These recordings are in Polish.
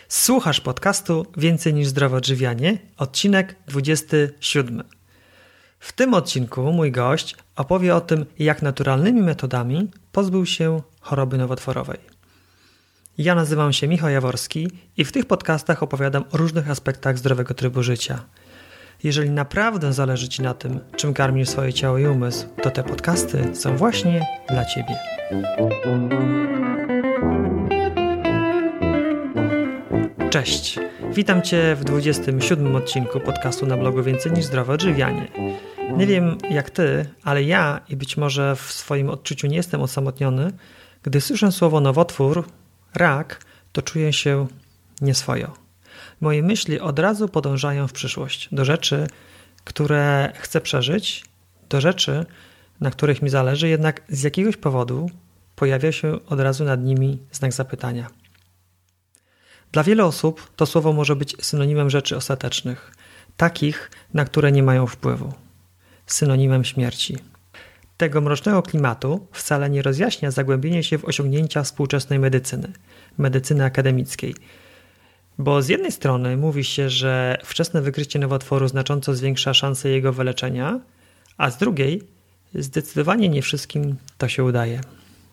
Słuchasz podcastu Więcej niż zdrowe odżywianie, odcinek 27. W tym odcinku mój gość opowie o tym, jak naturalnymi metodami pozbył się choroby nowotworowej. Ja nazywam się Michał Jaworski i w tych podcastach opowiadam o różnych aspektach zdrowego trybu życia. Jeżeli naprawdę zależy Ci na tym, czym karmisz swoje ciało i umysł, to te podcasty są właśnie dla Ciebie. Cześć, witam Cię w 27 odcinku podcastu na blogu Więcej niż zdrowe odżywianie. Nie wiem jak Ty, ale ja i być może w swoim odczuciu nie jestem osamotniony, gdy słyszę słowo nowotwór, rak, to czuję się nieswojo. Moje myśli od razu podążają w przyszłość, do rzeczy, które chcę przeżyć, do rzeczy, na których mi zależy, jednak z jakiegoś powodu pojawia się od razu nad nimi znak zapytania. Dla wielu osób to słowo może być synonimem rzeczy ostatecznych, takich, na które nie mają wpływu. Synonimem śmierci. Tego mrocznego klimatu wcale nie rozjaśnia zagłębienie się w osiągnięcia współczesnej medycyny akademickiej. Bo z jednej strony mówi się, że wczesne wykrycie nowotworu znacząco zwiększa szanse jego wyleczenia, a z drugiej zdecydowanie nie wszystkim to się udaje.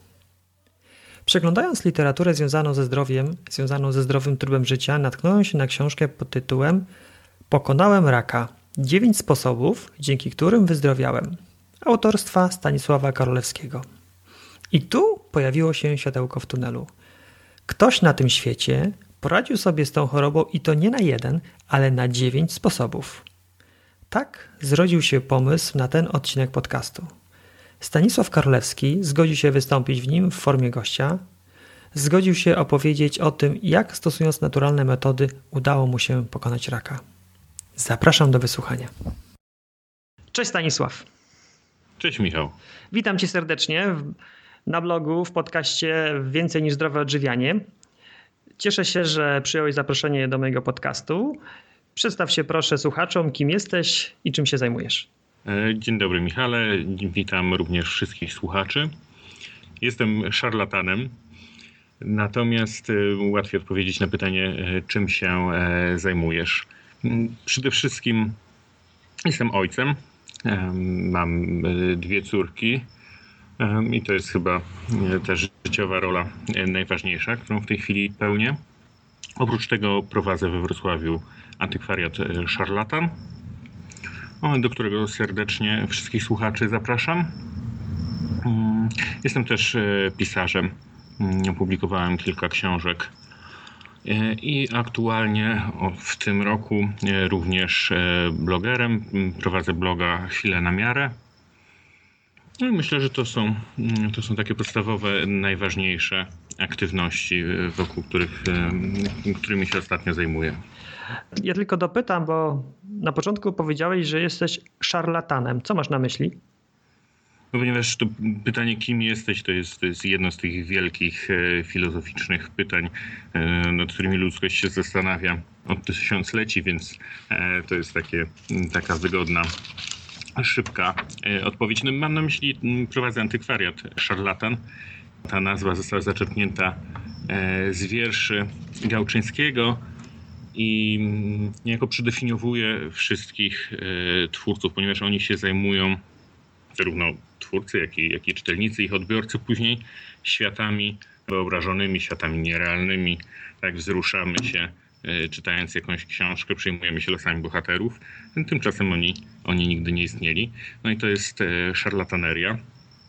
Przeglądając literaturę związaną ze zdrowiem, związaną ze zdrowym trybem życia, natknąłem się na książkę pod tytułem Pokonałem raka. 9 sposobów, dzięki którym wyzdrowiałem. Autorstwa Stanisława Karolewskiego. I tu pojawiło się światełko w tunelu. Ktoś na tym świecie poradził sobie z tą chorobą i to nie na 1, ale na 9 sposobów. Tak zrodził się pomysł na ten odcinek podcastu. Stanisław Karolewski zgodził się wystąpić w nim w formie gościa. Zgodził się opowiedzieć o tym, jak stosując naturalne metody udało mu się pokonać raka. Zapraszam do wysłuchania. Cześć Stanisław. Cześć Michał. Witam Cię serdecznie na blogu, w podcaście Więcej niż zdrowe odżywianie. Cieszę się, że przyjąłeś zaproszenie do mojego podcastu. Przedstaw się proszę słuchaczom, kim jesteś i czym się zajmujesz. Dzień dobry Michale, witam również wszystkich słuchaczy. Jestem szarlatanem, natomiast łatwiej odpowiedzieć na pytanie, czym się zajmujesz. Przede wszystkim jestem ojcem, mam 2 córki i to jest chyba ta życiowa rola najważniejsza, którą w tej chwili pełnię. Oprócz tego prowadzę we Wrocławiu antykwariat Szarlatan, do którego serdecznie wszystkich słuchaczy zapraszam. Jestem też pisarzem, opublikowałem kilka książek i aktualnie w tym roku również blogerem. Prowadzę bloga Chwile na miarę. No i myślę, że to są takie podstawowe, najważniejsze aktywności, wokół którymi się ostatnio zajmuję. Ja tylko dopytam, bo na początku powiedziałeś, że jesteś szarlatanem. Co masz na myśli? No ponieważ to pytanie, kim jesteś, to jest jedno z tych wielkich filozoficznych pytań, nad którymi ludzkość się zastanawia od tysiącleci, więc to jest taka wygodna, szybka odpowiedź. No, mam na myśli, prowadzę antykwariat Szarlatan. Ta nazwa została zaczerpnięta z wierszy Gałczyńskiego i niejako przedefiniowuje wszystkich twórców, ponieważ oni się zajmują, zarówno twórcy, jak i czytelnicy, ich odbiorcy później, światami wyobrażonymi, światami nierealnymi. Tak wzruszamy się czytając jakąś książkę, przejmujemy się losami bohaterów. Tymczasem oni nigdy nie istnieli. No i to jest szarlataneria.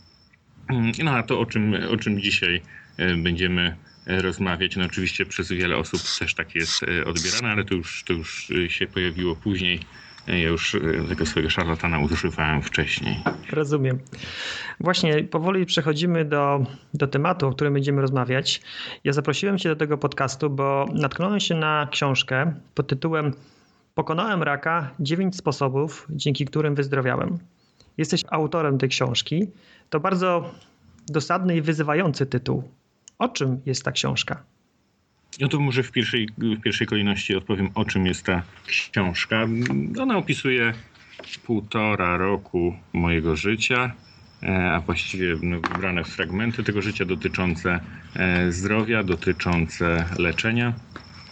No a to, o czym dzisiaj będziemy rozmawiać, no oczywiście przez wiele osób też tak jest odbierane, ale to już się pojawiło później. Ja już tego swojego szarlatana używałem wcześniej. Rozumiem. Właśnie powoli przechodzimy do tematu, o którym będziemy rozmawiać. Ja zaprosiłem Cię do tego podcastu, bo natknąłem się na książkę pod tytułem Pokonałem raka. 9 sposobów, dzięki którym wyzdrowiałem. Jesteś autorem tej książki. To bardzo dosadny i wyzywający tytuł. O czym jest ta książka? No to może w pierwszej kolejności odpowiem, o czym jest ta książka. Ona opisuje 1,5 roku mojego życia, a właściwie wybrane fragmenty tego życia dotyczące zdrowia, dotyczące leczenia.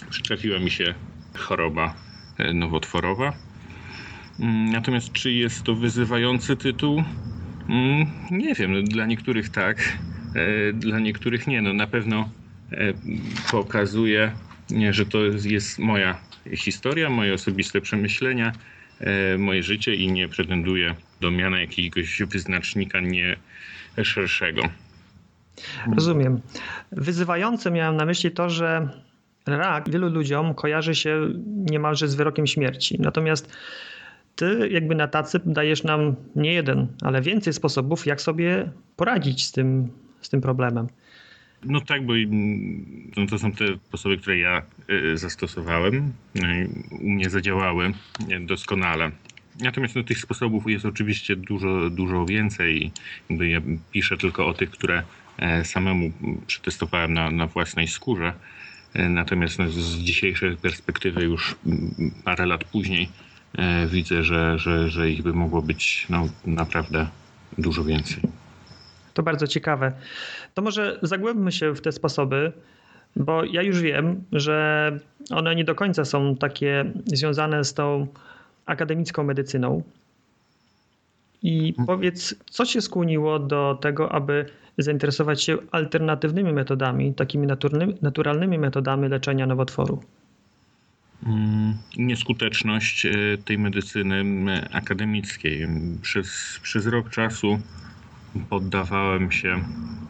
przytrafiła mi się choroba nowotworowa. Natomiast czy jest to wyzywający tytuł? Nie wiem, dla niektórych tak, dla niektórych nie. No, na pewno pokazuje, że to jest moja historia, moje osobiste przemyślenia, moje życie i nie pretenduję do miana jakiegoś wyznacznika nie szerszego. Rozumiem. Wyzywające miałem na myśli to, że rak wielu ludziom kojarzy się niemalże z wyrokiem śmierci. Natomiast ty jakby na tacy dajesz nam nie jeden, ale więcej sposobów, jak sobie poradzić z tym problemem. No tak, bo to są te sposoby, które ja zastosowałem. U mnie zadziałały doskonale. Natomiast tych sposobów jest oczywiście dużo więcej. Ja piszę tylko o tych, które samemu przetestowałem na własnej skórze. Natomiast z dzisiejszej perspektywy już parę lat później widzę, że ich by mogło być naprawdę dużo więcej. To bardzo ciekawe. To może zagłębmy się w te sposoby, bo ja już wiem, że one nie do końca są takie związane z tą akademicką medycyną. I powiedz, co cię skłoniło do tego, aby zainteresować się alternatywnymi metodami, takimi naturalnymi metodami leczenia nowotworu? Nieskuteczność tej medycyny akademickiej. Przez rok czasu poddawałem się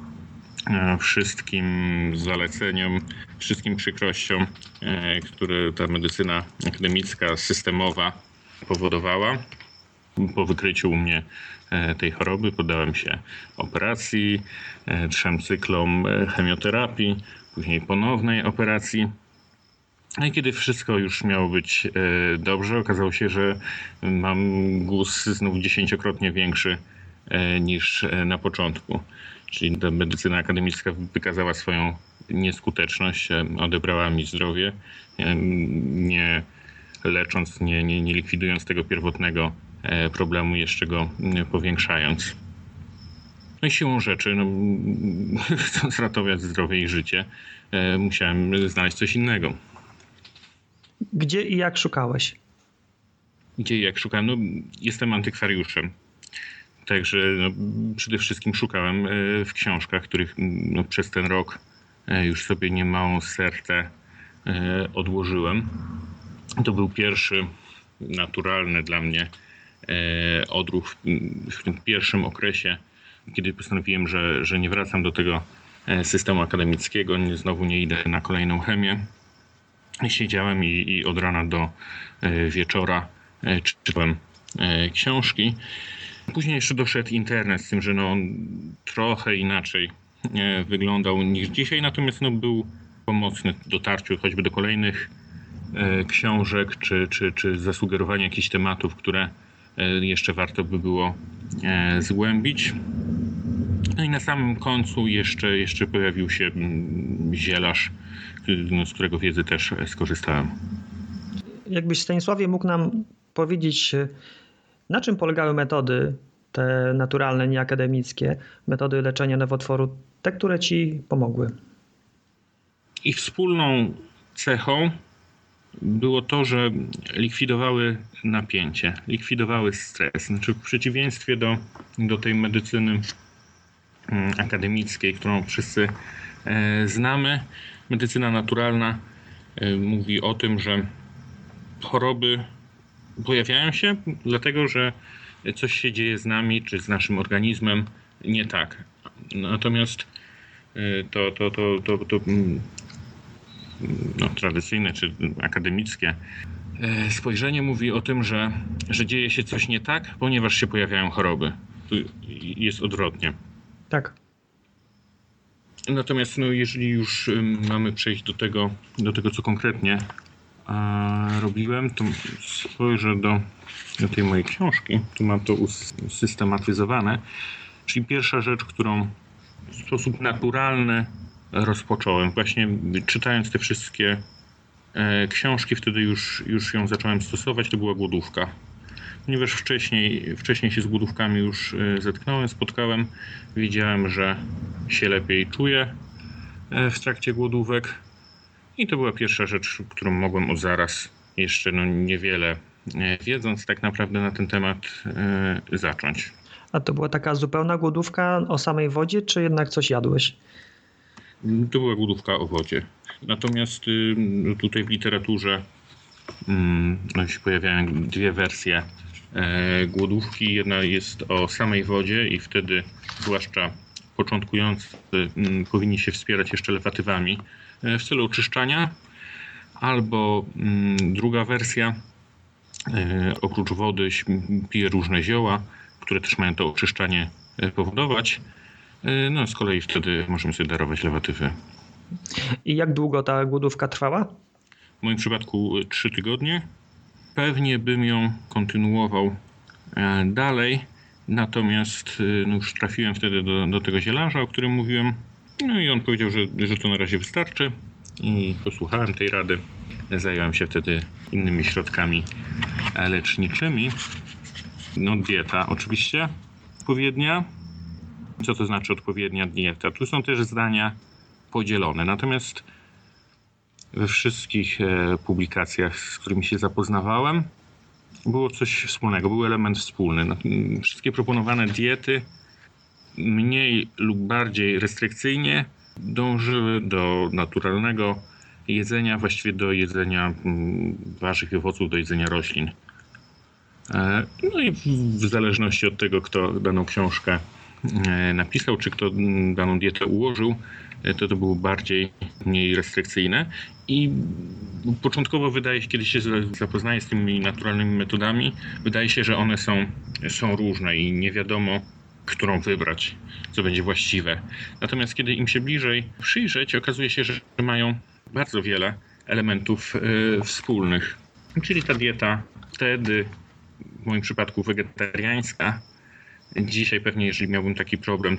wszystkim zaleceniom, wszystkim przykrościom, które ta medycyna akademicka, systemowa powodowała. Po wykryciu u mnie tej choroby poddałem się operacji, 3 cyklom chemioterapii, później ponownej operacji. No i kiedy wszystko już miało być dobrze, okazało się, że mam guz znów 10-krotnie większy niż na początku. Czyli ta medycyna akademicka wykazała swoją nieskuteczność, odebrała mi zdrowie, nie lecząc, nie likwidując tego pierwotnego problemu, jeszcze go powiększając. No i siłą rzeczy, chcąc ratować zdrowie i życie, musiałem znaleźć coś innego. Gdzie i jak szukałeś? Gdzie i jak szukałem? Jestem antykwariuszem. Także przede wszystkim szukałem w książkach, których przez ten rok już sobie niemałą stertę odłożyłem. To był pierwszy naturalny dla mnie odruch w tym pierwszym okresie, kiedy postanowiłem, że nie wracam do tego systemu akademickiego, znowu nie idę na kolejną chemię. Siedziałem i od rana do wieczora czytałem książki. Później jeszcze doszedł internet z tym, że on trochę inaczej wyglądał niż dzisiaj, natomiast był pomocny w dotarciu choćby do kolejnych książek, czy zasugerowania jakichś tematów, które jeszcze warto by było zgłębić. No i na samym końcu jeszcze pojawił się zielarz, z którego wiedzy też skorzystałem. Jakbyś, Stanisławie, mógł nam powiedzieć, na czym polegały metody te naturalne, nieakademickie, metody leczenia nowotworu, te, które ci pomogły? Ich wspólną cechą było to, że likwidowały napięcie, likwidowały stres. Znaczy w przeciwieństwie do tej medycyny akademickiej, którą wszyscy znamy, medycyna naturalna mówi o tym, że choroby pojawiają się dlatego, że coś się dzieje z nami czy z naszym organizmem nie tak. Natomiast to tradycyjne czy akademickie spojrzenie mówi o tym, że dzieje się coś nie tak, ponieważ się pojawiają choroby. Tu jest odwrotnie. Tak. Natomiast jeżeli już mamy przejść do tego co konkretnie robiłem, to spojrzę do tej mojej książki. Tu mam to usystematyzowane. Czyli pierwsza rzecz, którą w sposób naturalny rozpocząłem, właśnie czytając te wszystkie książki, wtedy już ją zacząłem stosować, to była głodówka. Ponieważ wcześniej się z głodówkami już zetknąłem, spotkałem, wiedziałem, że się lepiej czuję w trakcie głodówek I to była pierwsza rzecz, którą mogłem od zaraz, jeszcze niewiele wiedząc tak naprawdę na ten temat, zacząć. A to była taka zupełna głodówka o samej wodzie, czy jednak coś jadłeś? To była głodówka o wodzie. Natomiast tutaj w literaturze się pojawiają dwie wersje głodówki. Jedna jest o samej wodzie i wtedy zwłaszcza początkujący powinni się wspierać jeszcze lewatywami w celu oczyszczania. Albo druga wersja, oprócz wody pije różne zioła, które też mają to oczyszczanie powodować. No z kolei wtedy możemy sobie darować lewatywy. I jak długo ta głodówka trwała? W moim przypadku 3 tygodnie. Pewnie bym ją kontynuował dalej, natomiast już trafiłem wtedy do tego zielarza, o którym mówiłem. No i on powiedział, że to na razie wystarczy i posłuchałem tej rady. Zająłem się wtedy innymi środkami leczniczymi. No dieta oczywiście odpowiednia. Co to znaczy odpowiednia dieta? Tu są też zdania podzielone. Natomiast we wszystkich publikacjach, z którymi się zapoznawałem, było coś wspólnego, był element wspólny. Wszystkie proponowane diety mniej lub bardziej restrykcyjnie dążyły do naturalnego jedzenia, właściwie do jedzenia warzyw i owoców, do jedzenia roślin. No i w zależności od tego, kto daną książkę napisał, czy kto daną dietę ułożył, to było mniej restrykcyjne. I początkowo wydaje się, kiedy się zapoznaje z tymi naturalnymi metodami, wydaje się, że one są różne i nie wiadomo, którą wybrać, co będzie właściwe. Natomiast kiedy im się bliżej przyjrzeć, okazuje się, że mają bardzo wiele elementów wspólnych. Czyli ta dieta wtedy, w moim przypadku wegetariańska, dzisiaj pewnie, jeżeli miałbym taki problem,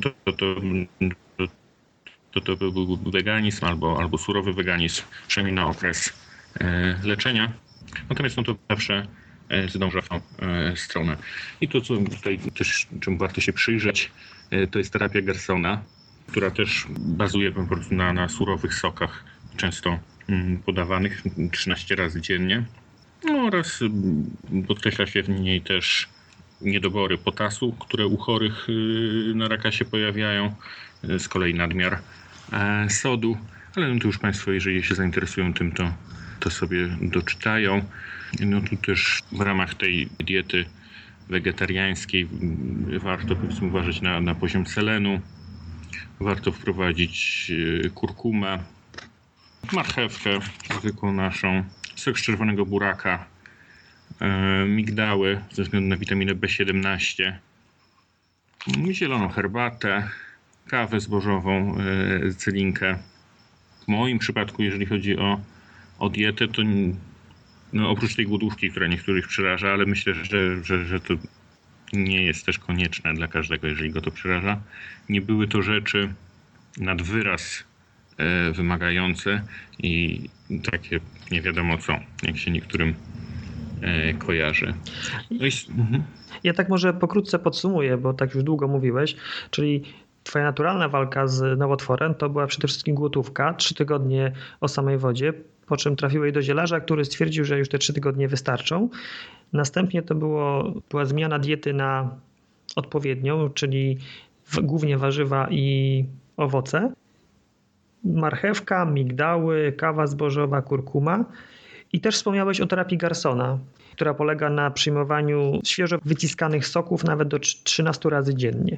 to był weganizm albo surowy weganizm, przynajmniej na okres leczenia. Natomiast to zawsze zdąża w tą stronę. I to, co tutaj też, czemu warto się przyjrzeć, to jest terapia Gersona, która też bazuje po prostu na surowych sokach, często podawanych 13 razy dziennie. No oraz podkreśla się w niej też niedobory potasu, które u chorych na raka się pojawiają, z kolei nadmiar sodu, ale tu już Państwo, jeżeli się zainteresują tym, to sobie doczytają. No tu też w ramach tej diety wegetariańskiej warto powiedzmy uważać na poziom selenu, warto wprowadzić kurkumę, marchewkę zwykłą naszą, sok z czerwonego buraka, migdały ze względu na witaminę B17, zieloną herbatę, kawę zbożową, cylinkę. W moim przypadku, jeżeli chodzi o dietę, to oprócz tej głodówki, która niektórych przeraża, ale myślę, że to nie jest też konieczne dla każdego, jeżeli go to przeraża. Nie były to rzeczy nad wyraz wymagające i takie nie wiadomo co, jak się niektórym kojarzy. Ja tak może pokrótce podsumuję, bo tak już długo mówiłeś, czyli twoja naturalna walka z nowotworem to była przede wszystkim głodówka, 3 tygodnie o samej wodzie, po czym trafiłeś do zielarza, który stwierdził, że już te 3 tygodnie wystarczą. Następnie to była zmiana diety na odpowiednią, czyli głównie warzywa i owoce, marchewka, migdały, kawa zbożowa, kurkuma. I też wspomniałeś o terapii Gersona, która polega na przyjmowaniu świeżo wyciskanych soków nawet do 13 razy dziennie.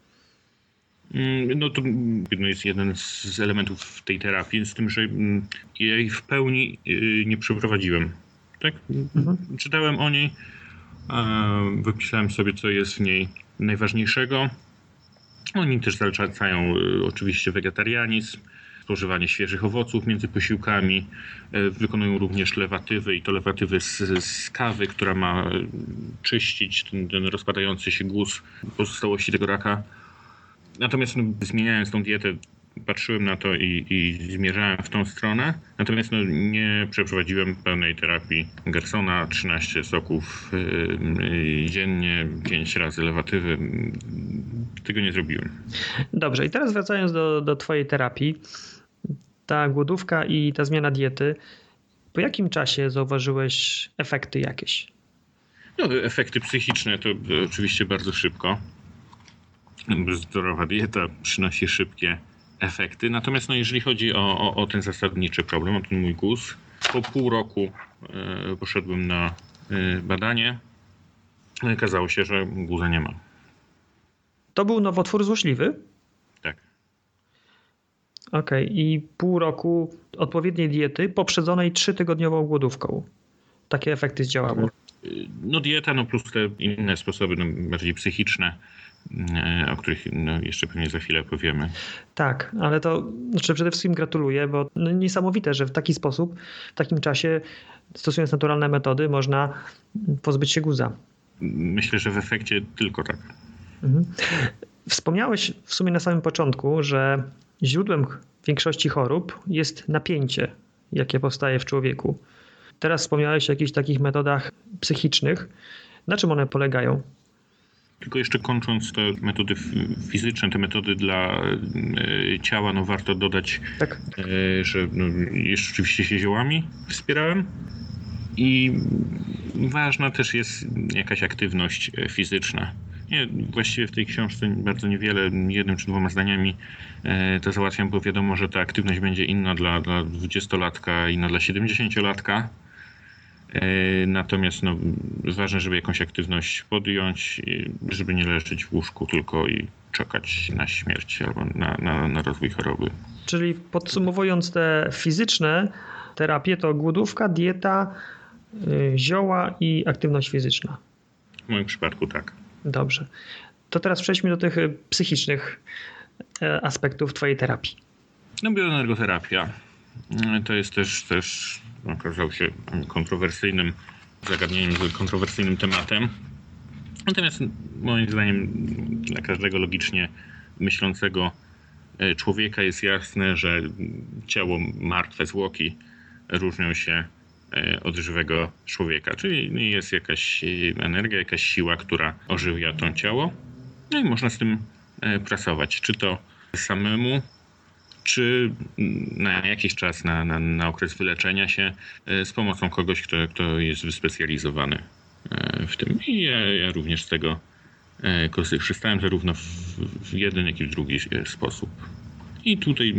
No to jest jeden z elementów tej terapii, z tym, że ja jej w pełni nie przeprowadziłem. Tak? Czytałem o niej, wypisałem sobie, co jest w niej najważniejszego. Oni też zalecają oczywiście wegetarianizm, spożywanie świeżych owoców między posiłkami. Wykonują również lewatywy i to lewatywy z kawy, która ma czyścić ten rozpadający się guz pozostałości tego raka. Natomiast zmieniając tą dietę, patrzyłem na to i zmierzałem w tą stronę. Natomiast nie przeprowadziłem pełnej terapii Gersona, 13 soków dziennie, 5 razy lewatywy. Tego nie zrobiłem. Dobrze, i teraz wracając do twojej terapii. ta głodówka i ta zmiana diety, po jakim czasie zauważyłeś efekty jakieś? No, efekty psychiczne to oczywiście bardzo szybko. Zdrowa dieta przynosi szybkie efekty. Natomiast jeżeli chodzi o ten zasadniczy problem, o ten mój guz, po pół roku poszedłem na badanie. Okazało się, że guza nie ma. To był nowotwór złośliwy? Tak. Okej. I pół roku odpowiedniej diety poprzedzonej 3-tygodniową głodówką. Takie efekty zdziałało. No dieta, plus te inne sposoby, bardziej psychiczne, o których jeszcze pewnie za chwilę powiemy. Tak, ale to przede wszystkim gratuluję, bo niesamowite, że w taki sposób, w takim czasie, stosując naturalne metody, można pozbyć się guza. Myślę, że w efekcie tylko tak. Wspomniałeś w sumie na samym początku, że źródłem większości chorób jest napięcie, jakie powstaje w człowieku. Teraz wspomniałeś o jakichś takich metodach psychicznych. Na czym one polegają? Tylko jeszcze kończąc te metody fizyczne, te metody dla ciała, warto dodać, tak, że jeszcze oczywiście się ziołami wspierałem i ważna też jest jakaś aktywność fizyczna. Właściwie w tej książce bardzo niewiele, 1 czy 2 zdaniami to załatwiam, bo wiadomo, że ta aktywność będzie inna dla 20-latka, inna dla 70-latka. Natomiast ważne, żeby jakąś aktywność podjąć, żeby nie leżeć w łóżku tylko i czekać na śmierć albo na rozwój choroby. Czyli podsumowując te fizyczne terapie, to głodówka, dieta, zioła i aktywność fizyczna. W moim przypadku tak. Dobrze. To teraz przejdźmy do tych psychicznych aspektów twojej terapii. Bioenergoterapia to jest też okazał się kontrowersyjnym zagadnieniem, kontrowersyjnym tematem. Natomiast moim zdaniem dla każdego logicznie myślącego człowieka jest jasne, że ciało martwe, zwłoki różnią się od żywego człowieka. Czyli jest jakaś energia, jakaś siła, która ożywia to ciało. No i można z tym pracować. Czy to samemu, czy na jakiś czas, na okres wyleczenia się z pomocą kogoś, kto jest wyspecjalizowany w tym. I ja również z tego korzystałem zarówno w jeden, jak i w drugi sposób. I tutaj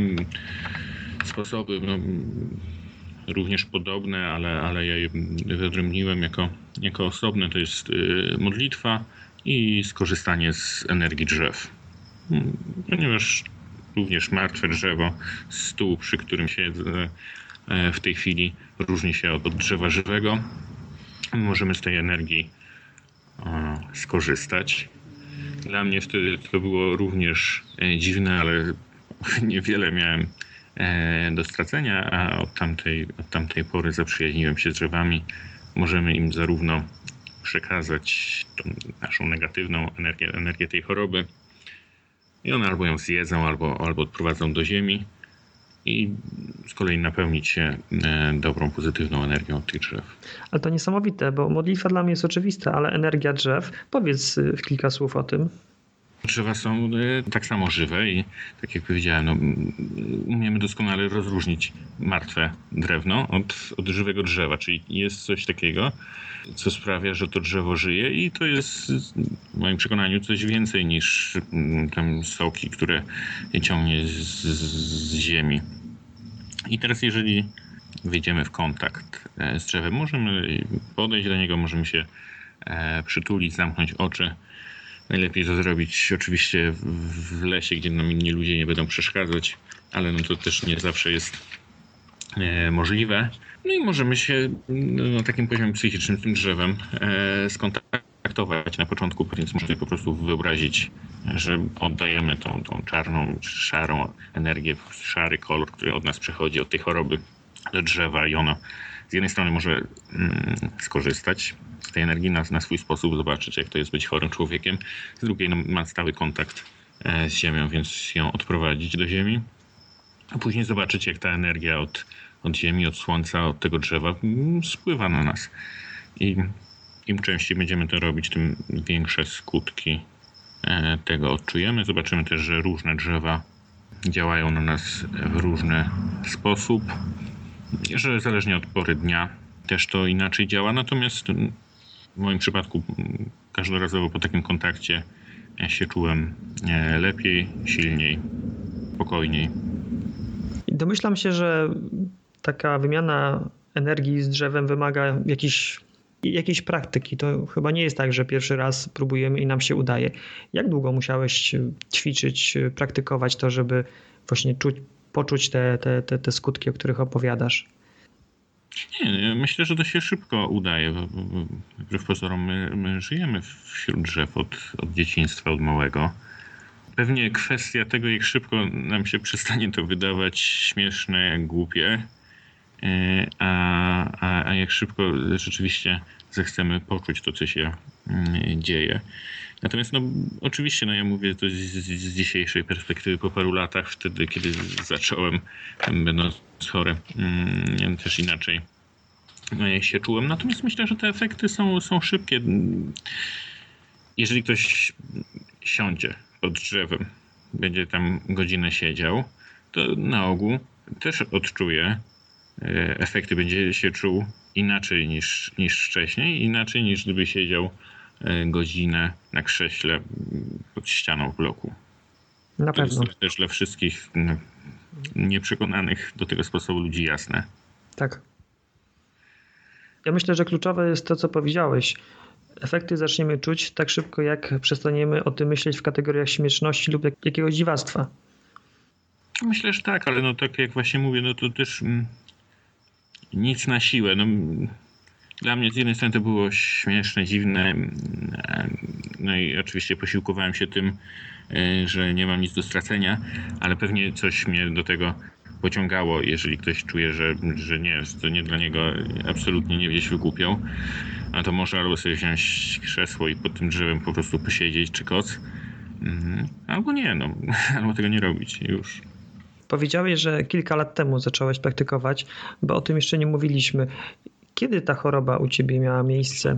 sposoby również podobne, ale ja je wyodrębniłem jako osobne. To jest modlitwa i skorzystanie z energii drzew. Ponieważ również martwe drzewo, stół, przy którym siedzę w tej chwili, różni się od drzewa żywego. Możemy z tej energii skorzystać. Dla mnie wtedy to było również dziwne, ale niewiele miałem do stracenia, a od tamtej pory zaprzyjaźniłem się z drzewami. Możemy im zarówno przekazać tą naszą negatywną energię tej choroby i one albo ją zjedzą, albo odprowadzą do ziemi i z kolei napełnić się dobrą, pozytywną energią od tych drzew. Ale to niesamowite, bo modlitwa dla mnie jest oczywista, ale energia drzew, powiedz kilka słów o tym. Drzewa są tak samo żywe i tak jak powiedziałem, umiemy doskonale rozróżnić martwe drewno od żywego drzewa, czyli jest coś takiego, co sprawia, że to drzewo żyje i to jest w moim przekonaniu coś więcej niż tam soki, które ciągnie z ziemi. I teraz jeżeli wejdziemy w kontakt z drzewem, możemy podejść do niego, możemy się przytulić, zamknąć oczy. Najlepiej to zrobić oczywiście w lesie, gdzie nam inni ludzie nie będą przeszkadzać, ale to też nie zawsze jest możliwe. No i możemy się na takim poziomie psychicznym z tym drzewem skontaktować na początku, więc można po prostu wyobrazić, że oddajemy tą czarną, szarą energię, szary kolor, który od nas przechodzi, od tej choroby do drzewa i ono z jednej strony może skorzystać z tej energii na swój sposób, zobaczyć jak to jest być chorym człowiekiem, z drugiej ma stały kontakt z ziemią, więc ją odprowadzić do ziemi, a później zobaczyć jak ta energia od ziemi, od słońca, od tego drzewa spływa na nas. I im częściej będziemy to robić, tym większe skutki tego odczujemy. Zobaczymy też, że różne drzewa działają na nas w różny sposób, że zależnie od pory dnia też to inaczej działa. Natomiast w moim przypadku każdorazowo po takim kontakcie się czułem lepiej, silniej, spokojniej. Domyślam się, że taka wymiana energii z drzewem wymaga jakiejś praktyki. To chyba nie jest tak, że pierwszy raz próbujemy i nam się udaje. Jak długo musiałeś ćwiczyć, praktykować to, żeby właśnie poczuć te skutki, o których opowiadasz? Nie, myślę, że to się szybko udaje. Wbrew pozorom my żyjemy wśród drzew od dzieciństwa, od małego. Pewnie kwestia tego, jak szybko nam się przestanie to wydawać śmieszne, głupie, a jak szybko rzeczywiście zechcemy poczuć to, co się dzieje. Natomiast oczywiście, ja mówię to z dzisiejszej perspektywy po paru latach, wtedy kiedy zacząłem, będąc chory, też inaczej się czułem. Natomiast myślę, że te efekty są szybkie. Jeżeli ktoś siądzie pod drzewem, będzie tam godzinę siedział, to na ogół też odczuje efekty, będzie się czuł inaczej niż wcześniej, inaczej niż gdyby siedział godzinę na krześle pod ścianą w bloku. Na to pewno. jest też dla wszystkich nieprzekonanych do tego sposobu ludzi jasne. Tak. Ja myślę, że kluczowe jest to, co powiedziałeś. Efekty zaczniemy czuć tak szybko, jak przestaniemy o tym myśleć w kategoriach śmieszności lub jakiegoś dziwactwa. Myślę, że tak, ale tak jak właśnie mówię, to też nic na siłę. Dla mnie z jednej strony to było śmieszne, dziwne, i oczywiście posiłkowałem się tym, że nie mam nic do stracenia, ale pewnie coś mnie do tego pociągało, jeżeli ktoś czuje, że to nie dla niego absolutnie nie gdzieś wygłupią, a to może albo sobie wziąć krzesło i pod tym drzewem po prostu posiedzieć czy koc, albo nie, albo tego nie robić już. Powiedziałeś, że kilka lat temu zacząłeś praktykować, bo o tym jeszcze nie mówiliśmy. Kiedy ta choroba u ciebie miała miejsce?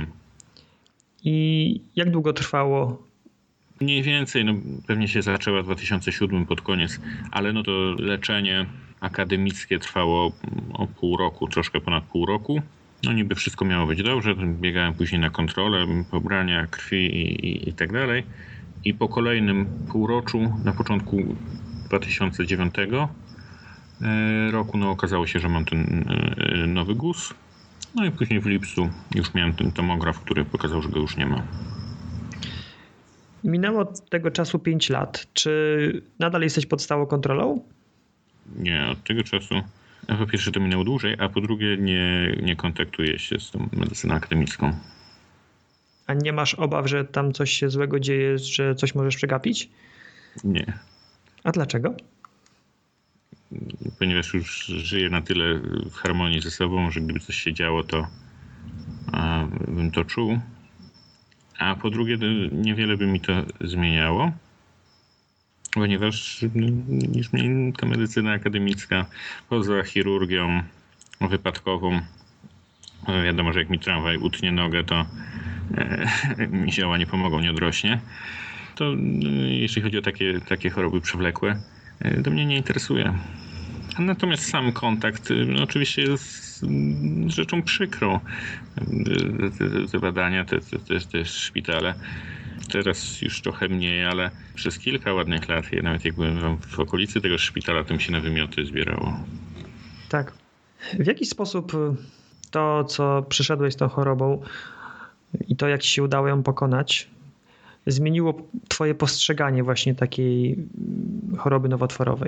I jak długo trwało? Mniej więcej, pewnie się zaczęła w 2007 pod koniec, ale to leczenie akademickie trwało o pół roku, troszkę ponad pół roku. Niby wszystko miało być dobrze, biegałem później na kontrolę, pobrania krwi i tak dalej. I po kolejnym półroczu, na początku 2009 roku, okazało się, że mam ten nowy guz. I później w lipcu już miałem ten tomograf, który pokazał, że go już nie ma. Minęło od tego czasu 5 lat. Czy nadal jesteś pod stałą kontrolą? Nie, od tego czasu po pierwsze to minęło dłużej, a po drugie nie kontaktuję się z tą medycyną akademicką. A nie masz obaw, że tam coś się złego dzieje, że coś możesz przegapić? Nie. A dlaczego? Ponieważ już żyję na tyle w harmonii ze sobą, że gdyby coś się działo, to bym to czuł. A po drugie, niewiele by mi to zmieniało, ponieważ już mnie ta medycyna akademicka poza chirurgią wypadkową, wiadomo, że jak mi tramwaj utnie nogę, to mi zioła nie pomogą, nie odrośnie. To jeśli chodzi o takie choroby przewlekłe, to mnie nie interesuje. Natomiast sam kontakt oczywiście jest rzeczą przykrą. Te badania, te szpitale. Teraz już trochę mniej, ale przez kilka ładnych lat, nawet jak byłem w okolicy tego szpitala, to mi się na wymioty zbierało. Tak. W jaki sposób to, co przeszedłeś z tą chorobą i to, jak ci się udało ją pokonać, zmieniło twoje postrzeganie właśnie takiej choroby nowotworowej?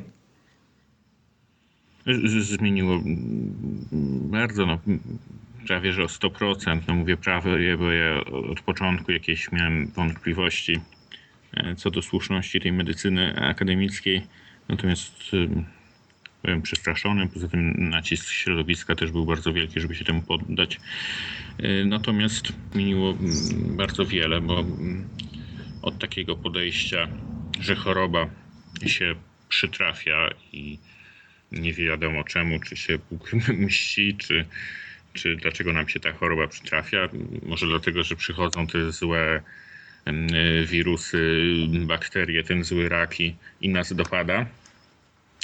Zmieniło bardzo, prawie że o 100%. Mówię prawie, bo ja od początku jakieś miałem wątpliwości co do słuszności tej medycyny akademickiej. Natomiast byłem przestraszony, poza tym nacisk środowiska też był bardzo wielki, żeby się temu poddać. Natomiast zmieniło bardzo wiele, bo od takiego podejścia, że choroba się przytrafia i nie wiadomo czemu, czy się Bóg mści, czy dlaczego nam się ta choroba przytrafia. Może dlatego, że przychodzą te złe wirusy, bakterie, ten zły rak i nas dopada.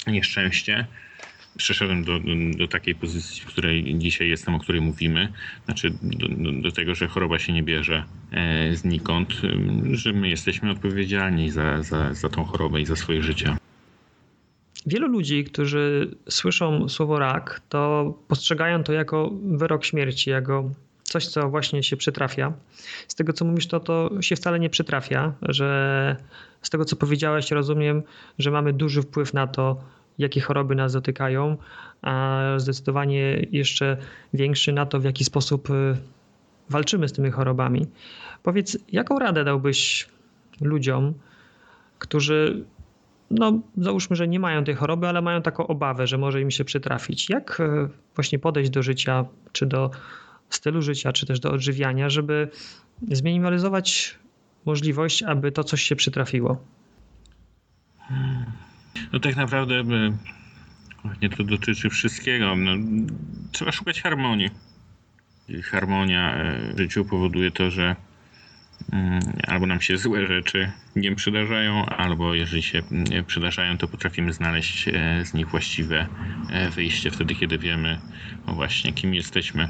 nieszczęście, przeszedłem do takiej pozycji, w której dzisiaj jestem, o której mówimy. Znaczy do tego, że choroba się nie bierze znikąd, że my jesteśmy odpowiedzialni za tą chorobę i za swoje życie. Wielu ludzi, którzy słyszą słowo rak, to postrzegają to jako wyrok śmierci, jako coś, co właśnie się przytrafia. Z tego, co mówisz, to się wcale nie przytrafia, że z tego, co powiedziałeś, rozumiem, że mamy duży wpływ na to, jakie choroby nas dotykają, a zdecydowanie jeszcze większy na to, w jaki sposób walczymy z tymi chorobami. Powiedz, jaką radę dałbyś ludziom, którzy załóżmy, że nie mają tej choroby, ale mają taką obawę, że może im się przytrafić. Jak właśnie podejść do życia, czy do stylu życia, czy też do odżywiania, żeby zminimalizować możliwość, aby to coś się przytrafiło? No tak naprawdę właśnie to dotyczy wszystkiego. Trzeba szukać harmonii. Harmonia w życiu powoduje to, że albo nam się złe rzeczy nie przydarzają, albo jeżeli się przydarzają, to potrafimy znaleźć z nich właściwe wyjście wtedy, kiedy wiemy właśnie kim jesteśmy,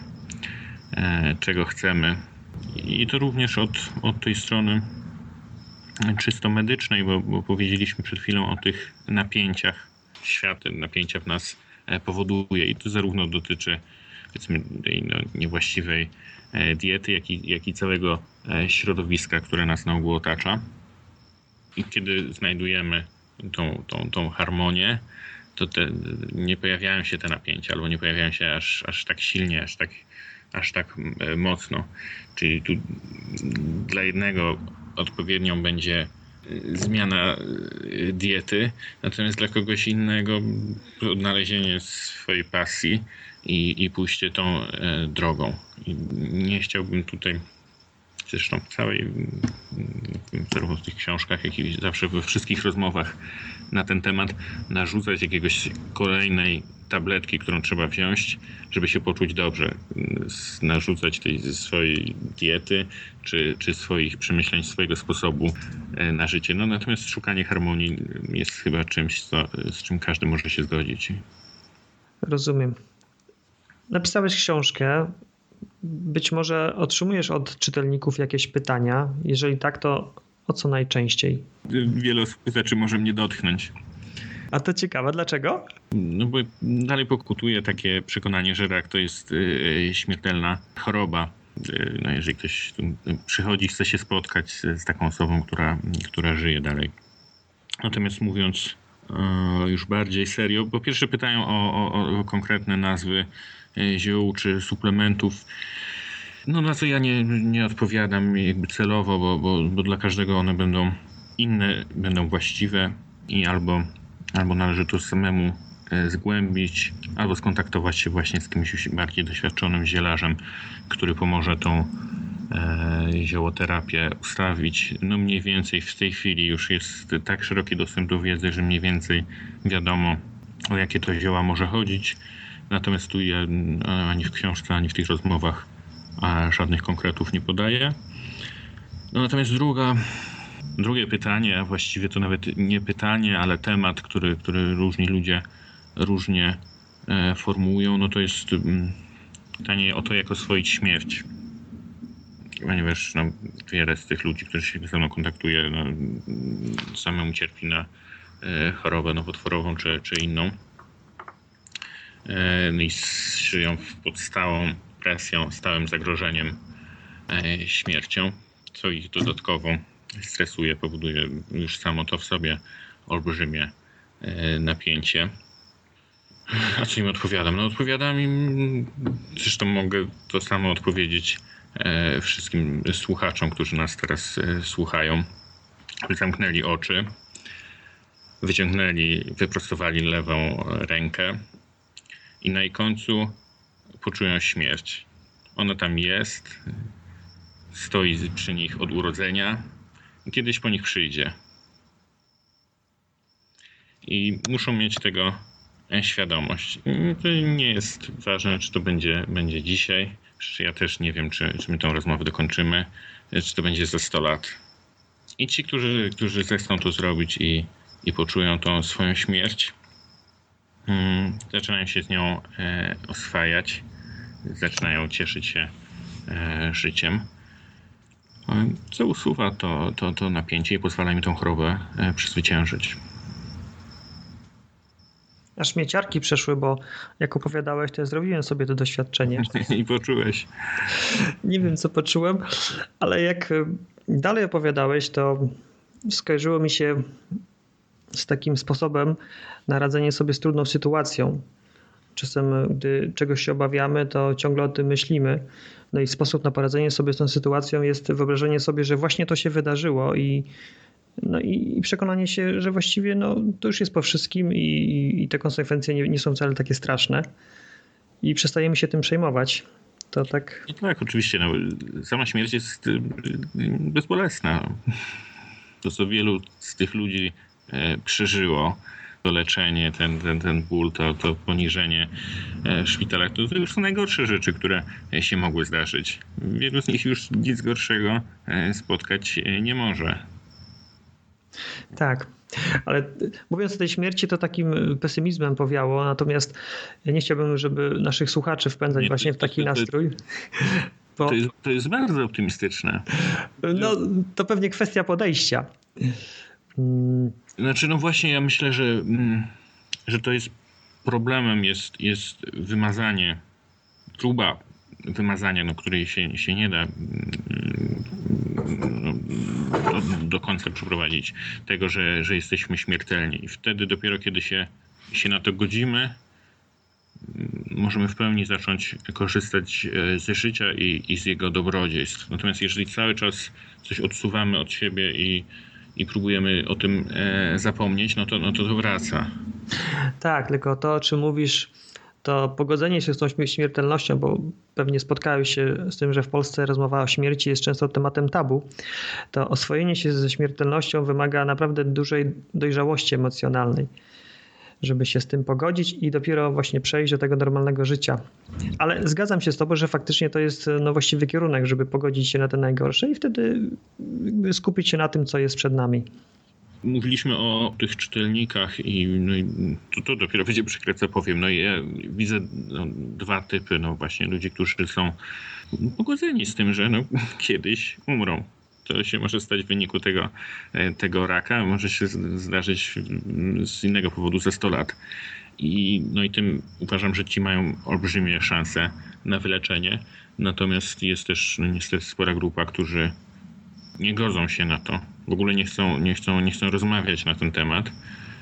czego chcemy. I to również od tej strony czysto medycznej, bo powiedzieliśmy przed chwilą o tych napięciach. Świat napięcia w nas powoduje i to zarówno dotyczy powiedzmy tej niewłaściwej diety, jak i całego środowiska, które nas na ogół otacza. I kiedy znajdujemy tą harmonię, to nie pojawiają się te napięcia, albo nie pojawiają się aż tak silnie, aż tak mocno. Czyli tu dla jednego odpowiednią będzie zmiana diety, natomiast dla kogoś innego odnalezienie swojej pasji i pójście tą drogą. I nie chciałbym tutaj, zresztą zarówno w tych książkach, jak i zawsze we wszystkich rozmowach na ten temat, narzucać jakiegoś kolejnej tabletki, którą trzeba wziąć, żeby się poczuć dobrze. Narzucać tej swojej diety, czy swoich przemyśleń, swojego sposobu na życie. Natomiast szukanie harmonii jest chyba czymś, z czym każdy może się zgodzić. Rozumiem. Napisałeś książkę. Być może otrzymujesz od czytelników jakieś pytania. Jeżeli tak, to o co najczęściej? Wiele osób pyta, czy może mnie dotknąć. A to ciekawe, dlaczego? No bo dalej pokutuje takie przekonanie, że rak to jest śmiertelna choroba. No jeżeli ktoś przychodzi, chce się spotkać z taką osobą, która żyje dalej. Natomiast mówiąc już bardziej serio, po pierwsze pytają o konkretne nazwy ziół czy suplementów. Na co ja nie odpowiadam jakby celowo, bo dla każdego one będą inne, będą właściwe i albo należy to samemu zgłębić, albo skontaktować się właśnie z kimś bardziej doświadczonym zielarzem, który pomoże tą ziołoterapię ustawić. Mniej więcej w tej chwili już jest tak szeroki dostęp do wiedzy, że mniej więcej wiadomo, o jakie to zioła może chodzić. Natomiast tu ja ani w książce, ani w tych rozmowach żadnych konkretów nie podaję. Natomiast drugie pytanie, a właściwie to nawet nie pytanie, ale temat, który różni ludzie różnie formułują, to jest pytanie o to, jak oswoić śmierć. Ponieważ wiele z tych ludzi, którzy się ze mną kontaktuje, samemu cierpi na chorobę nowotworową czy inną. I żyją pod stałą presją, stałym zagrożeniem śmiercią, co ich dodatkowo stresuje, powoduje już samo to w sobie olbrzymie napięcie. A co im odpowiadam? Odpowiadam im, zresztą mogę to samo odpowiedzieć wszystkim słuchaczom, którzy nas teraz słuchają. Zamknęli oczy, wyprostowali lewą rękę i na jej końcu poczują śmierć. Ona tam jest, stoi przy nich od urodzenia i kiedyś po nich przyjdzie. I muszą mieć tego świadomość. To nie jest ważne, czy to będzie dzisiaj. Przecież ja też nie wiem, czy my tą rozmowę dokończymy, czy to będzie za 100 lat. I ci, którzy zechcą to zrobić i poczują tą swoją śmierć, zaczynają się z nią oswajać, zaczynają cieszyć się życiem, co usuwa to napięcie i pozwala mi tą chorobę przezwyciężyć. Aż mnie ciarki przeszły, bo jak opowiadałeś, to ja zrobiłem sobie to doświadczenie. I poczułeś. Nie wiem, co poczułem, ale jak dalej opowiadałeś, to skojarzyło mi się z takim sposobem na radzenie sobie z trudną sytuacją. Czasem, gdy czegoś się obawiamy, to ciągle o tym myślimy. No i sposób na poradzenie sobie z tą sytuacją jest wyobrażenie sobie, że właśnie to się wydarzyło i przekonanie się, że właściwie to już jest po wszystkim i te konsekwencje nie są wcale takie straszne i przestajemy się tym przejmować. To tak... No tak, oczywiście. Sama śmierć jest bezbolesna. To, co wielu z tych ludzi przeżyło, to leczenie, ten ból, to poniżenie w szpitalach, to już są najgorsze rzeczy, które się mogły zdarzyć. Wielu z nich już nic gorszego spotkać nie może. Tak, ale mówiąc o tej śmierci, to takim pesymizmem powiało, natomiast ja nie chciałbym, żeby naszych słuchaczy wpędzać właśnie w taki nastrój. Bo... To jest bardzo optymistyczne. No, to pewnie kwestia podejścia. Znaczy, no właśnie, ja myślę, że to jest problemem, jest wymazanie, próba wymazania, której się nie da do końca przeprowadzić, tego, że jesteśmy śmiertelni. I wtedy dopiero, kiedy się na to godzimy, możemy w pełni zacząć korzystać ze życia i z jego dobrodziejstw. Natomiast jeżeli cały czas coś odsuwamy od siebie i próbujemy o tym zapomnieć, no to wraca. Tak, tylko to, o czym mówisz, to pogodzenie się z tą śmiertelnością, bo pewnie spotkałeś się z tym, że w Polsce rozmowa o śmierci jest często tematem tabu, to oswojenie się ze śmiertelnością wymaga naprawdę dużej dojrzałości emocjonalnej, żeby się z tym pogodzić i dopiero właśnie przejść do tego normalnego życia. Ale zgadzam się z tobą, że faktycznie to jest właściwy kierunek, żeby pogodzić się na te najgorsze i wtedy skupić się na tym, co jest przed nami. Mówiliśmy o tych czytelnikach i to dopiero będzie przykre, co powiem. Ja widzę dwa typy, właśnie ludzi, którzy są pogodzeni z tym, że kiedyś umrą. To się może stać w wyniku tego raka, może się zdarzyć z innego powodu za 100 lat. I tym uważam, że ci mają olbrzymie szanse na wyleczenie. Natomiast jest też niestety spora grupa, którzy nie godzą się na to. W ogóle nie chcą rozmawiać na ten temat.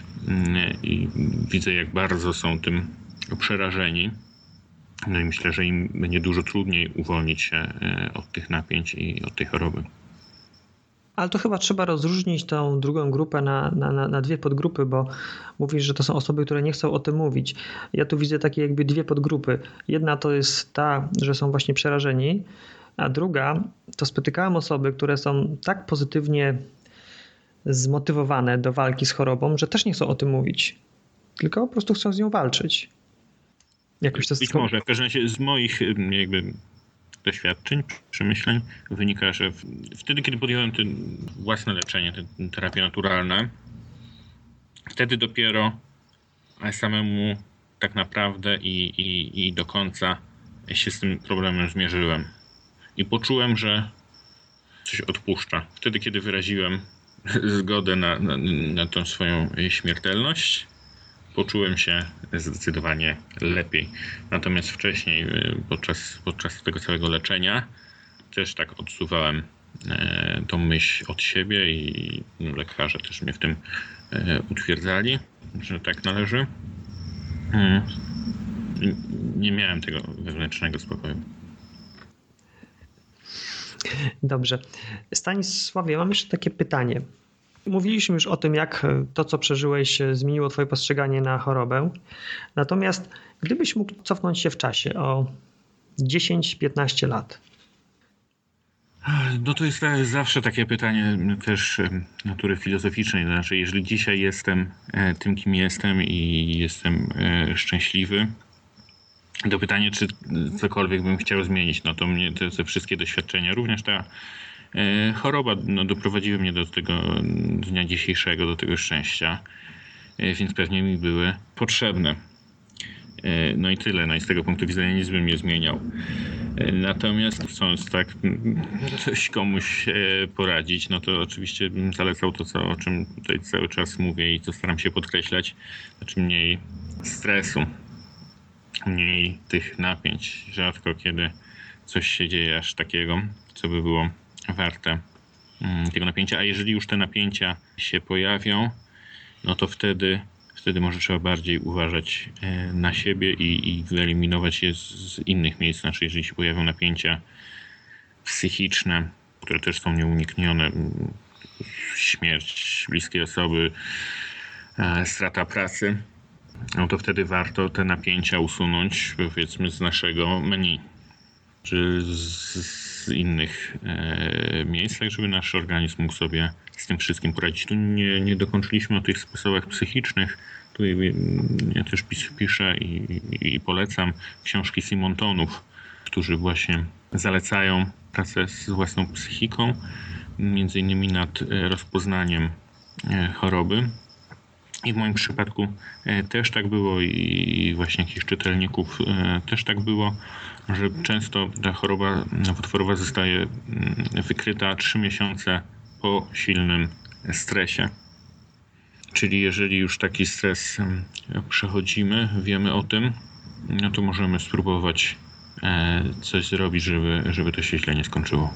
I widzę, jak bardzo są tym przerażeni. I myślę, że im będzie dużo trudniej uwolnić się od tych napięć i od tej choroby. Ale to chyba trzeba rozróżnić tą drugą grupę na dwie podgrupy, bo mówisz, że to są osoby, które nie chcą o tym mówić. Ja tu widzę takie jakby dwie podgrupy. Jedna to jest ta, że są właśnie przerażeni, a druga to spotykałem osoby, które są tak pozytywnie zmotywowane do walki z chorobą, że też nie chcą o tym mówić, tylko po prostu chcą z nią walczyć. Jakoś to być może. W każdym razie z moich doświadczeń, przemyśleń wynika, że wtedy, kiedy podjąłem to własne leczenie, tę terapię naturalną, wtedy dopiero samemu tak naprawdę i do końca się z tym problemem zmierzyłem. I poczułem, że coś odpuszcza. Wtedy, kiedy wyraziłem zgodę na tą swoją śmiertelność, poczułem się zdecydowanie lepiej. Natomiast wcześniej, podczas tego całego leczenia, też tak odsuwałem tą myśl od siebie i lekarze też mnie w tym utwierdzali, że tak należy. Nie miałem tego wewnętrznego spokoju. Dobrze. Stanisławie, mam jeszcze takie pytanie. Mówiliśmy już o tym, jak to, co przeżyłeś, zmieniło twoje postrzeganie na chorobę. Natomiast gdybyś mógł cofnąć się w czasie o 10-15 lat. To jest zawsze takie pytanie też natury filozoficznej. Znaczy, jeżeli dzisiaj jestem tym, kim jestem i jestem szczęśliwy, to pytanie, czy cokolwiek bym chciał zmienić, to mnie te wszystkie doświadczenia, również ta choroba doprowadziły mnie do tego dnia dzisiejszego, do tego szczęścia, więc pewnie mi były potrzebne. No i tyle. No i z tego punktu widzenia nic bym nie zmieniał. Natomiast chcąc tak coś komuś poradzić, no to oczywiście bym zalecał to, o czym tutaj cały czas mówię i co staram się podkreślać, znaczy mniej stresu, mniej tych napięć. Rzadko kiedy coś się dzieje aż takiego, co by było warte tego napięcia, a jeżeli już te napięcia się pojawią, no to wtedy może trzeba bardziej uważać na siebie i wyeliminować je z innych miejsc. Znaczy, jeżeli się pojawią napięcia psychiczne, które też są nieuniknione, śmierć bliskiej osoby, strata pracy, no to wtedy warto te napięcia usunąć, powiedzmy, z naszego menu, czy z innych miejsc, tak żeby nasz organizm mógł sobie z tym wszystkim poradzić. Tu nie dokończyliśmy o tych sposobach psychicznych. Tu ja też piszę i polecam książki Simontonów, którzy właśnie zalecają pracę z własną psychiką, między innymi nad rozpoznaniem choroby. I w moim przypadku też tak było i właśnie jakichś czytelników też tak było, że często ta choroba nowotworowa zostaje wykryta 3 miesiące po silnym stresie. Czyli jeżeli już taki stres przechodzimy, wiemy o tym, no to możemy spróbować coś zrobić, żeby to się źle nie skończyło.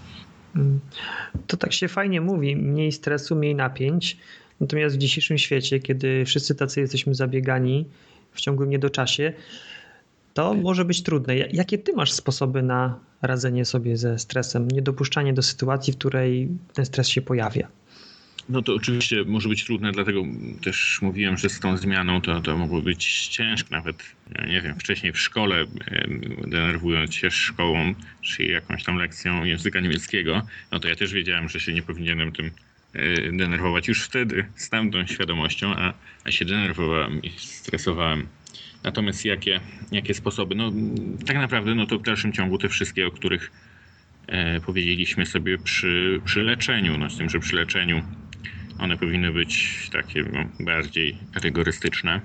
To tak się fajnie mówi, mniej stresu, mniej napięć. Natomiast w dzisiejszym świecie, kiedy wszyscy tacy jesteśmy zabiegani w ciągłym niedoczasie, to może być trudne. Jakie ty masz sposoby na radzenie sobie ze stresem, niedopuszczanie do sytuacji, w której ten stres się pojawia? No to oczywiście może być trudne, dlatego też mówiłem, że z tą zmianą to mogło być ciężko, nawet, nie wiem, wcześniej w szkole, denerwując się szkołą, czy jakąś tam lekcją języka niemieckiego, no to ja też wiedziałem, że się nie powinienem tym denerwować już wtedy z tamtą świadomością, a się denerwowałem i stresowałem. Natomiast jakie sposoby? No tak naprawdę no to w dalszym ciągu te wszystkie, o których powiedzieliśmy sobie przy leczeniu, no z tym, że przy leczeniu one powinny być takie bardziej rygorystyczne,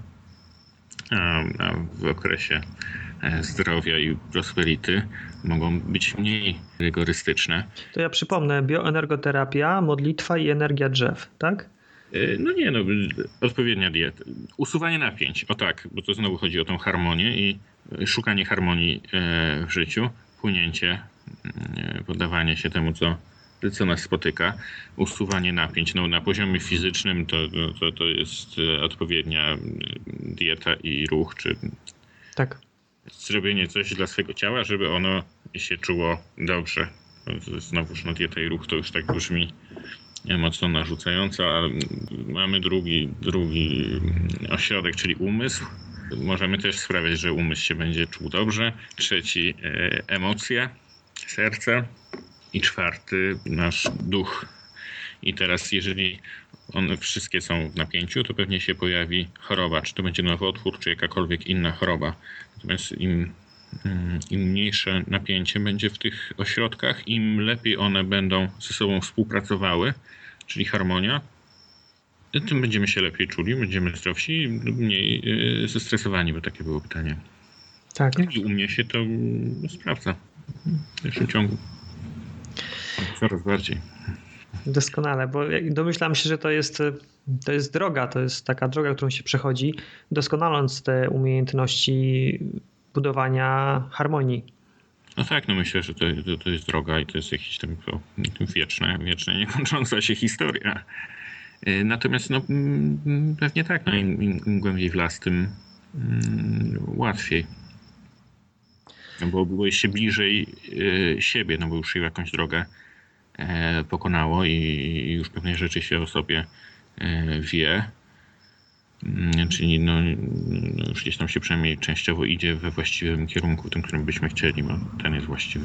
a w okresie zdrowia i prosperity mogą być mniej rygorystyczne. To ja przypomnę, bioenergoterapia, modlitwa i energia drzew, tak? No odpowiednia dieta. Usuwanie napięć, o tak, bo to znowu chodzi o tą harmonię i szukanie harmonii w życiu, płynięcie, poddawanie się temu, co nas spotyka, usuwanie napięć. No, na poziomie fizycznym to jest odpowiednia dieta i ruch, czy tak. Zrobienie coś dla swojego ciała, żeby ono się czuło dobrze. Znowuż dieta i ruch to już tak brzmi mocno narzucająco, ale mamy drugi ośrodek, czyli umysł. Możemy też sprawiać, że umysł się będzie czuł dobrze. Trzeci emocje, serce. I czwarty nasz duch. I teraz jeżeli one wszystkie są w napięciu, to pewnie się pojawi choroba. Czy to będzie nowotwór, czy jakakolwiek inna choroba. Natomiast im mniejsze napięcie będzie w tych ośrodkach, im lepiej one będą ze sobą współpracowały, czyli harmonia, tym będziemy się lepiej czuli, będziemy zdrowsi i mniej zestresowani, bo takie było pytanie. Tak. I u mnie się to sprawdza w dalszym ciągu. Coraz bardziej. Doskonale, bo domyślam się, że to jest droga, to jest taka droga, którą się przechodzi, doskonaląc te umiejętności budowania harmonii. No tak, no myślę, że to jest droga i to jest jakiś tam wiecznie niekończąca się historia. Natomiast no pewnie tak, no im głębiej w las, tym łatwiej. No bo jest się bliżej siebie, no bo już się jakąś drogę pokonało i już pewne rzeczy się o sobie wie. Czyli no już gdzieś tam się przynajmniej częściowo idzie we właściwym kierunku, w tym, którym byśmy chcieli, bo ten jest właściwy.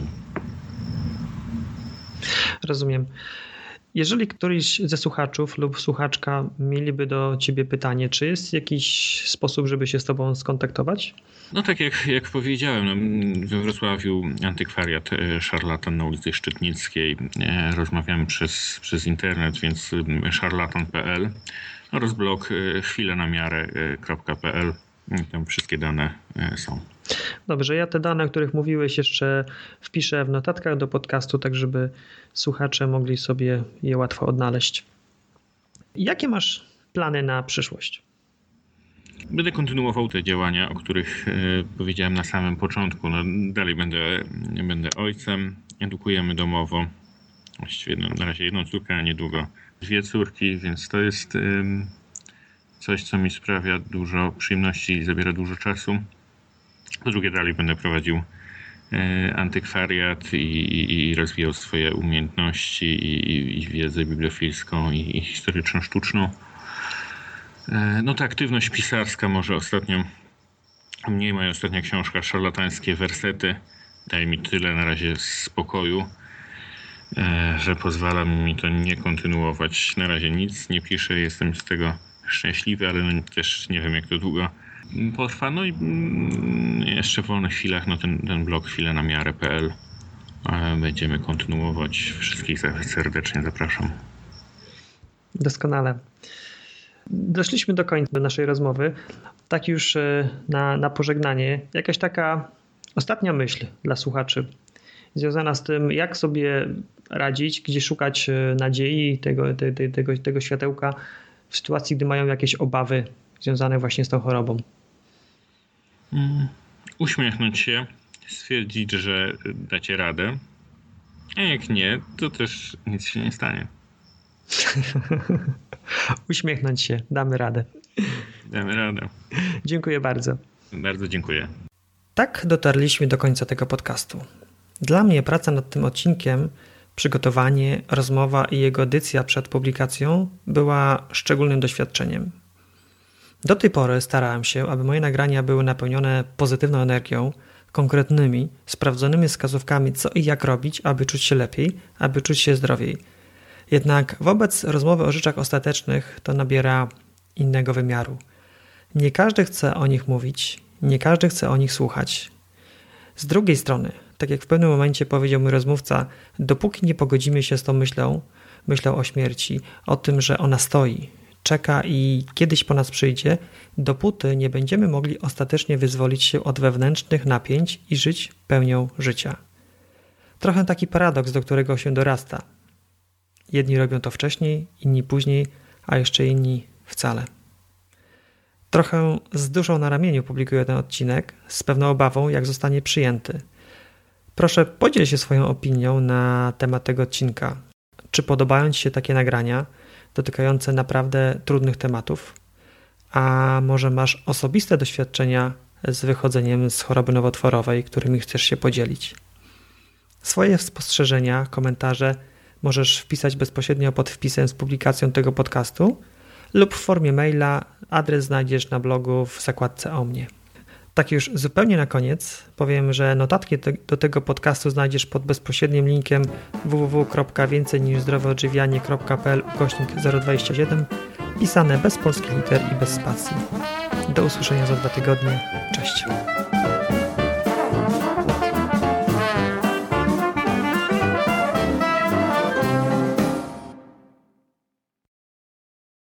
Rozumiem. Jeżeli któryś ze słuchaczów lub słuchaczka mieliby do ciebie pytanie, czy jest jakiś sposób, żeby się z tobą skontaktować? No tak jak powiedziałem, we Wrocławiu antykwariat Szarlatan na ulicy Szczytnickiej. Rozmawiamy przez internet, więc szarlatan.pl oraz blog chwilenamiarę.pl. Tam wszystkie dane są. Dobrze, ja te dane, o których mówiłeś, jeszcze wpiszę w notatkach do podcastu, tak żeby słuchacze mogli sobie je łatwo odnaleźć. Jakie masz plany na przyszłość? Będę kontynuował te działania, o których powiedziałem na samym początku. Dalej będę ojcem, edukujemy domowo. Właściwie na razie jedną córkę, a niedługo 2 córki, więc to jest coś, co mi sprawia dużo przyjemności i zabiera dużo czasu. Po drugie, dalej będę prowadził antykwariat i rozwijał swoje umiejętności i wiedzę bibliofilską i historyczno-sztuczną. Ta aktywność pisarska może ostatnio mniej. Moja ostatnia książka, Szarlatańskie wersety, daje mi tyle na razie spokoju, że pozwala mi to nie kontynuować. Na razie nic nie piszę, jestem z tego szczęśliwy, ale też nie wiem, jak to długo potrwa. I jeszcze w wolnych chwilach ten blog chwilenamiarę.pl będziemy kontynuować. Wszystkich serdecznie zapraszam. Doskonale. Doszliśmy do końca naszej rozmowy. Tak już na pożegnanie. Jakaś taka ostatnia myśl dla słuchaczy związana z tym, jak sobie radzić, gdzie szukać nadziei, tego światełka w sytuacji, gdy mają jakieś obawy związane właśnie z tą chorobą. Uśmiechnąć się, stwierdzić, że dacie radę, a jak nie, to też nic się nie stanie. Uśmiechnąć się, damy radę. Damy radę. Dziękuję bardzo. Bardzo dziękuję. Tak dotarliśmy do końca tego podcastu. Dla mnie praca nad tym odcinkiem, przygotowanie, rozmowa i jego edycja przed publikacją była szczególnym doświadczeniem. Do tej pory starałem się, aby moje nagrania były napełnione pozytywną energią, konkretnymi, sprawdzonymi wskazówkami, co i jak robić, aby czuć się lepiej, aby czuć się zdrowiej. Jednak wobec rozmowy o rzeczach ostatecznych to nabiera innego wymiaru. Nie każdy chce o nich mówić, nie każdy chce o nich słuchać. Z drugiej strony, tak jak w pewnym momencie powiedział mój rozmówca, dopóki nie pogodzimy się z tą myślą o śmierci, o tym, że ona stoi, czeka i kiedyś po nas przyjdzie, dopóty nie będziemy mogli ostatecznie wyzwolić się od wewnętrznych napięć i żyć pełnią życia. Trochę taki paradoks, do którego się dorasta. Jedni robią to wcześniej, inni później, a jeszcze inni wcale. Trochę z duszą na ramieniu publikuję ten odcinek, z pewną obawą, jak zostanie przyjęty. Proszę, podziel się swoją opinią na temat tego odcinka. Czy podobają Ci się takie nagrania dotykające naprawdę trudnych tematów? A może masz osobiste doświadczenia z wychodzeniem z choroby nowotworowej, którymi chcesz się podzielić? Swoje spostrzeżenia, komentarze możesz wpisać bezpośrednio pod wpisem z publikacją tego podcastu lub w formie maila. Adres znajdziesz na blogu w zakładce o mnie. Tak już zupełnie na koniec powiem, że notatki do tego podcastu znajdziesz pod bezpośrednim linkiem www.więcejniżzdroweodżywianie.pl/027 pisane bez polskich liter i bez spacji. Do usłyszenia za 2 tygodnie. Cześć.